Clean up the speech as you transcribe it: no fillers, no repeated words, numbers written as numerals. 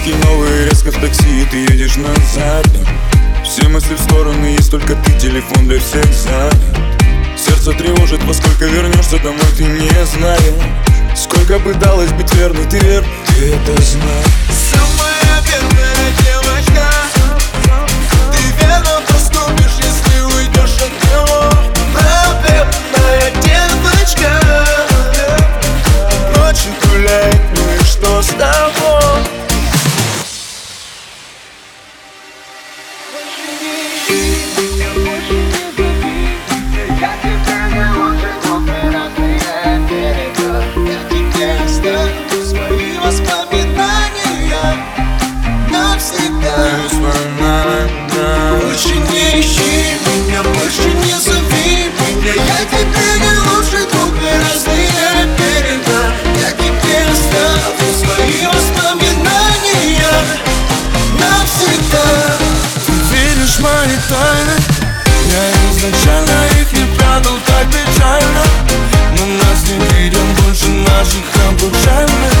таблетки новые, резко в такси, и ты едешь назад. Все мысли в стороны, есть только ты, телефон для всех занят. Сердце тревожит, во сколько вернешься домой, ты не знаешь. Сколько пыталась быть верной, ты верна, ты это знаешь. Самая бедная девочка, ты верно поступишь, если уйдешь от него. Бедная девочка, ночью гуляет, ну и что с того? Свои воспоминания навсегда. Больше не ищи меня, больше не зови меня. Я тебе не лучший друг, мы разные берега. Я тебе оставлю свои воспоминания навсегда. Ты видишь мои тайны, я изначально их не прятал так печально. Но нас не видим больше наших обручальных.